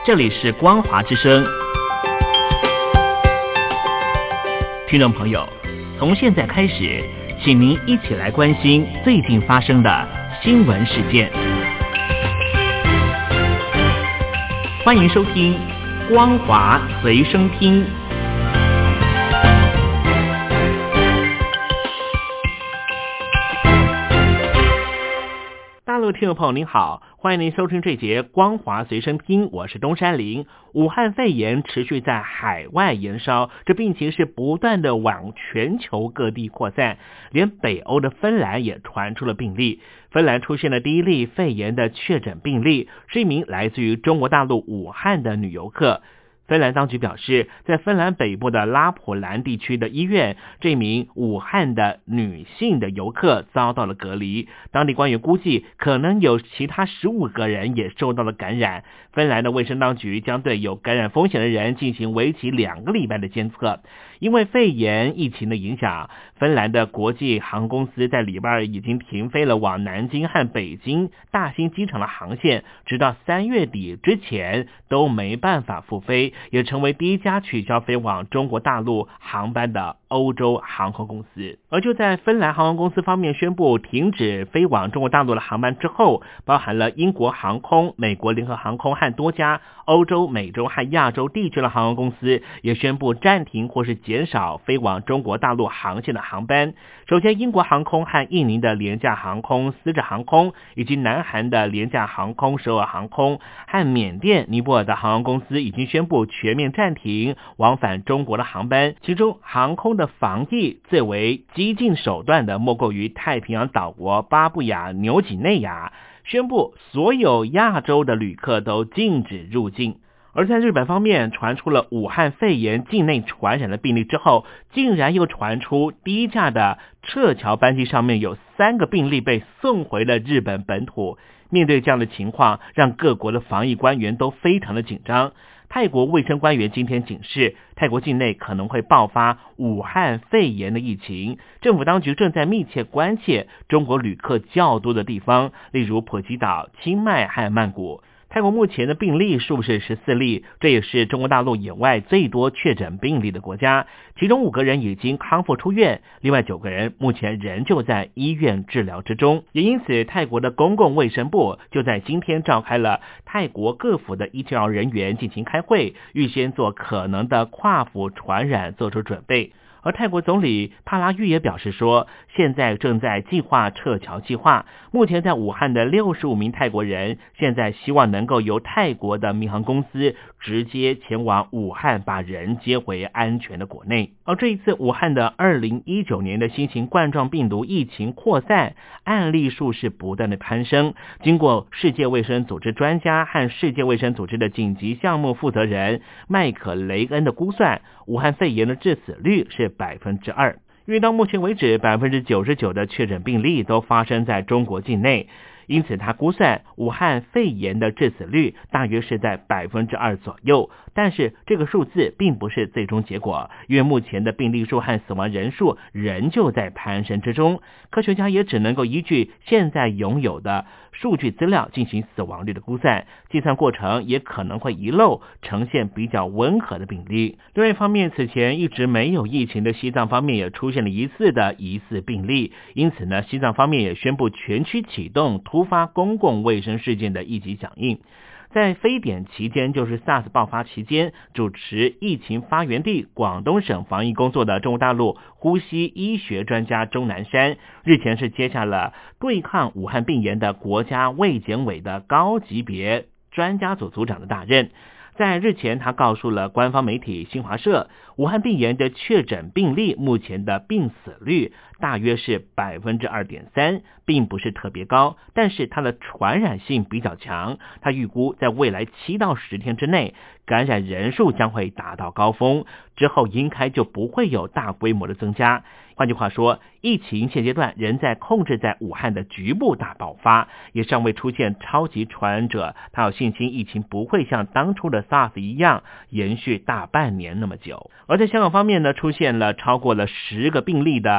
这里是光华之声。听众朋友，从现在开始，请您一起来关心最近发生的新闻事件。欢迎收听光华随身听。大陆听众朋友您好，欢迎您收听这节光华随身听，我是东山林。武汉肺炎持续在海外延烧，这病情是不断的往全球各地扩散，连北欧的芬兰也传出了病例。芬兰出现了第一例肺炎的确诊病例，是一名来自于中国大陆武汉的女游客。芬兰当局表示，在芬兰北部的拉普兰地区的医院，这名武汉的女性的游客遭到了隔离。当地官员估计，可能有其他15个人也受到了感染。芬兰的卫生当局将对有感染风险的人进行为期2个礼拜的监测。因为肺炎疫情的影响，芬兰的国际航空公司在礼拜二已经停飞了往南京和北京大兴机场的航线，直到3月底之前都没办法复飞，也成为第一家取消飞往中国大陆航班的欧洲航空公司。而就在芬兰航空公司方面宣布停止飞往中国大陆的航班之后，包含了英国航空、美国联合航空和多家欧洲、美洲和亚洲地区的航空公司也宣布暂停或是减少飞往中国大陆航线的航班。首先，英国航空和印尼的廉价航空思哲航空，以及南韩的廉价航空首尔航空和缅甸尼泊尔的航空公司已经宣布全面暂停往返中国的航班。其中航空的防疫最为激进手段的莫过于太平洋岛国巴布亚纽几内亚，宣布所有亚洲的旅客都禁止入境。而在日本方面传出了武汉肺炎境内传染的病例之后，竟然又传出第一架的撤侨班机上面有3个病例被送回了日本本土。面对这样的情况，让各国的防疫官员都非常的紧张。泰国卫生官员今天警示，泰国境内可能会爆发武汉肺炎的疫情。政府当局正在密切关切中国旅客较多的地方，例如普吉岛、清迈和曼谷。泰国目前的病例数是14例，这也是中国大陆以外最多确诊病例的国家。其中5个人已经康复出院，另外9个人目前仍旧在医院治疗之中。也因此，泰国的公共卫生部就在今天召开了泰国各府的医疗人员进行开会，预先做可能的跨府传染做出准备。而泰国总理帕拉育也表示说，现在正在计划撤侨计划。目前在武汉的65名泰国人，现在希望能够由泰国的民航公司直接前往武汉，把人接回安全的国内。而这一次武汉的2019年的新型冠状病毒疫情扩散，案例数是不断的攀升。经过世界卫生组织专家和世界卫生组织的紧急项目负责人麦克雷恩的估算，武汉肺炎的致死率是2%。因为到目前为止，99%的确诊病例都发生在中国境内，因此他估算武汉肺炎的致死率大约是在2%左右。但是这个数字并不是最终结果，因为目前的病例数和死亡人数仍旧在攀升之中。科学家也只能够依据现在拥有的数据资料进行死亡率的估算，计算过程也可能会遗漏呈现比较温和的病例。另外一方面，此前一直没有疫情的西藏方面也出现了疑似病例，因此呢，西藏方面也宣布全区启动突发公共卫生事件的一级响应。在非典期间，就是 SARS 爆发期间，主持疫情发源地广东省防疫工作的中国大陆呼吸医学专家钟南山，日前是接下了对抗武汉病炎的国家卫健委的高级别专家组组长的大任。在日前，他告诉了官方媒体新华社，武汉病炎的确诊病例目前的病死率大约是 2.3%， 并不是特别高，但是它的传染性比较强。他预估在未来7到10天之内，感染人数将会达到高峰，之后应该就不会有大规模的增加。换句话说，疫情现阶段仍在控制在武汉的局部大爆发，也尚未出现超级传染者。他有信心疫情不会像当初的 SARS 一样延续大半年那么久。而在香港方面呢，出现了超过了10个病例的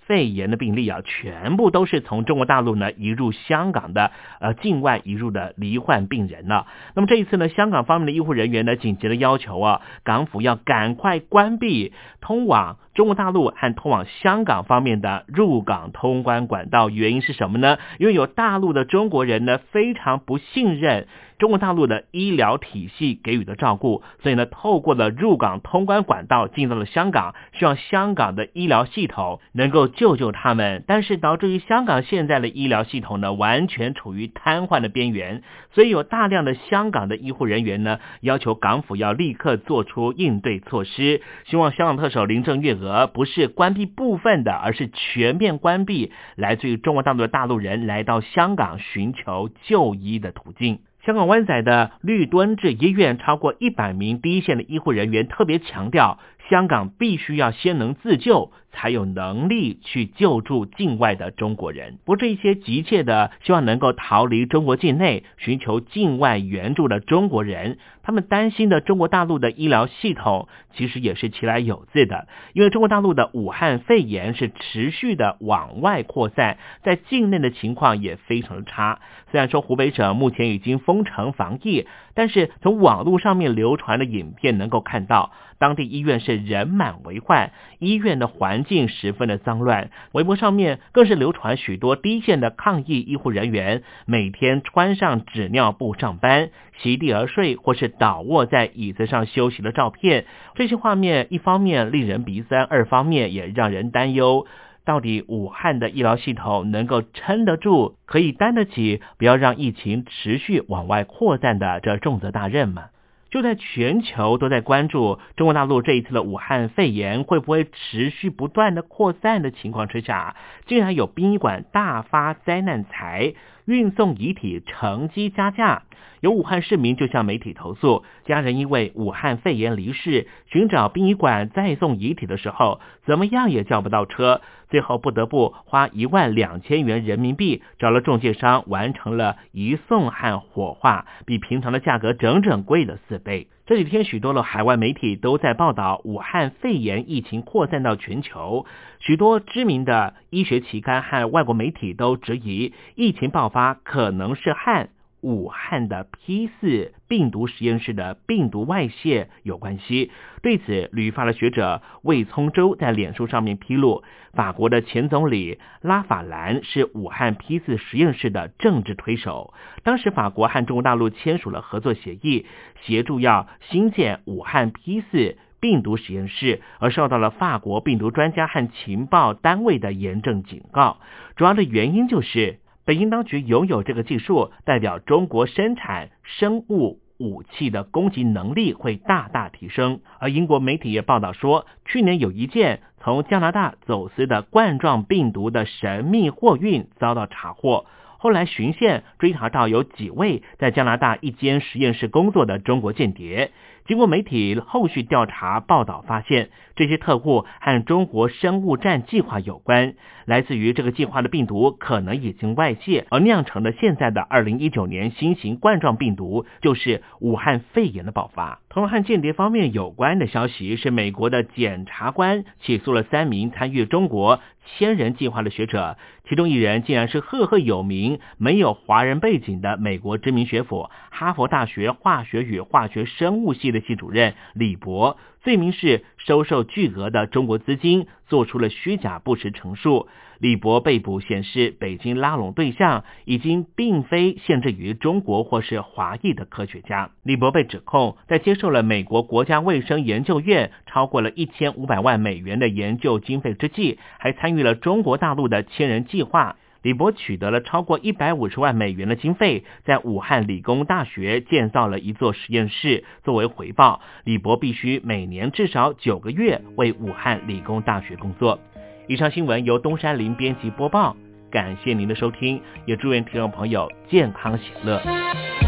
肺炎的病例啊，全部都是从中国大陆呢移入香港的境外移入的罹患病人了。那么这一次呢，香港方面的医护人员呢紧急的要求啊，港府要赶快关闭通往中国大陆和通往香港方面的入港通关管道。原因是什么呢？因为有大陆的中国人呢非常不信任中国大陆的医疗体系给予的照顾，所以呢透过了入港通关管道进到了香港，希望香港的医疗系统能够救救他们。但是导致于香港现在的医疗系统呢完全处于瘫痪的边缘，所以有大量的香港的医护人员呢要求港府要立刻做出应对措施，希望香港特首林郑月娥不是关闭部分的，而是全面关闭来自于中国大陆的大陆人来到香港寻求就医的途径。香港湾仔的绿敦治医院超过100名第一线的医护人员特别强调，香港必须要先能自救，才有能力去救助境外的中国人。不过这些急切的希望能够逃离中国境内寻求境外援助的中国人，他们担心的中国大陆的医疗系统其实也是其来有自的，因为中国大陆的武汉肺炎是持续的往外扩散，在境内的情况也非常的差。虽然说湖北省目前已经封城防疫，但是从网络上面流传的影片能够看到，当地医院是人满为患，医院的环境十分的脏乱。微博上面更是流传许多第一线的抗疫医护人员每天穿上纸尿布上班，席地而睡或是倒卧在椅子上休息的照片。这些画面一方面令人鼻酸，二方面也让人担忧，到底武汉的医疗系统能够撑得住，可以担得起不要让疫情持续往外扩散的这重责大任吗？就在全球都在关注中国大陆这一次的武汉肺炎会不会持续不断的扩散的情况之下，竟然有殡仪馆大发灾难财，运送遗体乘机加价。有武汉市民就向媒体投诉，家人因为武汉肺炎离世，寻找殡仪馆再送遗体的时候，怎么样也叫不到车，最后不得不花12000元人民币找了中介商完成了移送和火化，比平常的价格整整贵了4倍。这几天许多的海外媒体都在报道武汉肺炎疫情扩散到全球，许多知名的医学期刊和外国媒体都质疑疫情爆发可能是和武汉的 P4 病毒实验室的病毒外泄有关系。对此，旅发的学者魏聪洲在脸书上面披露，法国的前总理拉法兰是武汉 P4 实验室的政治推手。当时法国和中国大陆签署了合作协议，协助要新建武汉 P4 病毒实验室，而受到了法国病毒专家和情报单位的严正警告。主要的原因就是北京当局拥有这个技术，代表中国生产生物武器的攻击能力会大大提升。而英国媒体也报道说，去年有一件从加拿大走私的冠状病毒的神秘货运遭到查获，后来巡线追查到有几位在加拿大一间实验室工作的中国间谍。经过媒体后续调查报道发现，这些特务和中国生物战计划有关，来自于这个计划的病毒可能已经外泄，而酿成了现在的2019年新型冠状病毒，就是武汉肺炎的爆发。同样和间谍方面有关的消息是，美国的检察官起诉了3名参与中国千人计划的学者，其中一人竟然是赫赫有名、没有华人背景的美国知名学府哈佛大学化学与化学生物系的系主任李博，罪名是收受巨额的中国资金，做出了虚假不实陈述。李博被捕显示，北京拉拢对象已经并非限制于中国或是华裔的科学家。李博被指控在接受了美国国家卫生研究院超过了1500万美元的研究经费之际，还参与了中国大陆的千人计划。李博取得了超过150万美元的经费，在武汉理工大学建造了一座实验室。作为回报，李博必须每年至少9个月为武汉理工大学工作。以上新闻由东山林编辑播报，感谢您的收听，也祝愿听众朋友健康喜乐。